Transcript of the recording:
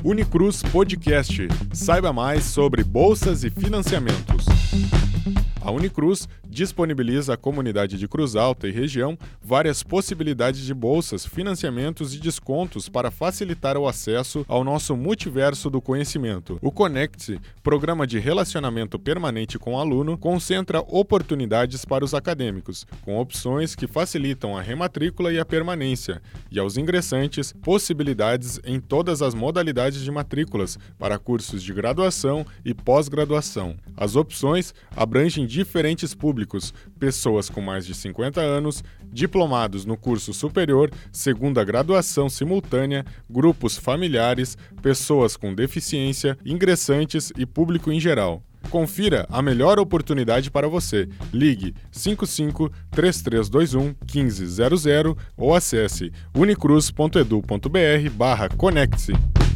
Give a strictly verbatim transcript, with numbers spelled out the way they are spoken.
Unicruz Podcast. Saiba mais sobre bolsas e financiamentos. A Unicruz disponibiliza à comunidade de Cruz Alta e região várias possibilidades de bolsas, financiamentos e descontos para facilitar o acesso ao nosso multiverso do conhecimento. O Conecte, programa de relacionamento permanente com o aluno, concentra oportunidades para os acadêmicos, com opções que facilitam a rematrícula e a permanência, e aos ingressantes, possibilidades em todas as modalidades de matrículas para cursos de graduação e pós-graduação. As opções abrangem diferentes públicos, pessoas com mais de cinquenta anos, diplomados no curso superior, segunda graduação simultânea, grupos familiares, pessoas com deficiência, ingressantes e público em geral. Confira a melhor oportunidade para você. Ligue cinco cinco, três três dois um, um cinco zero zero ou acesse unicruz ponto edu ponto br barra conecte-se.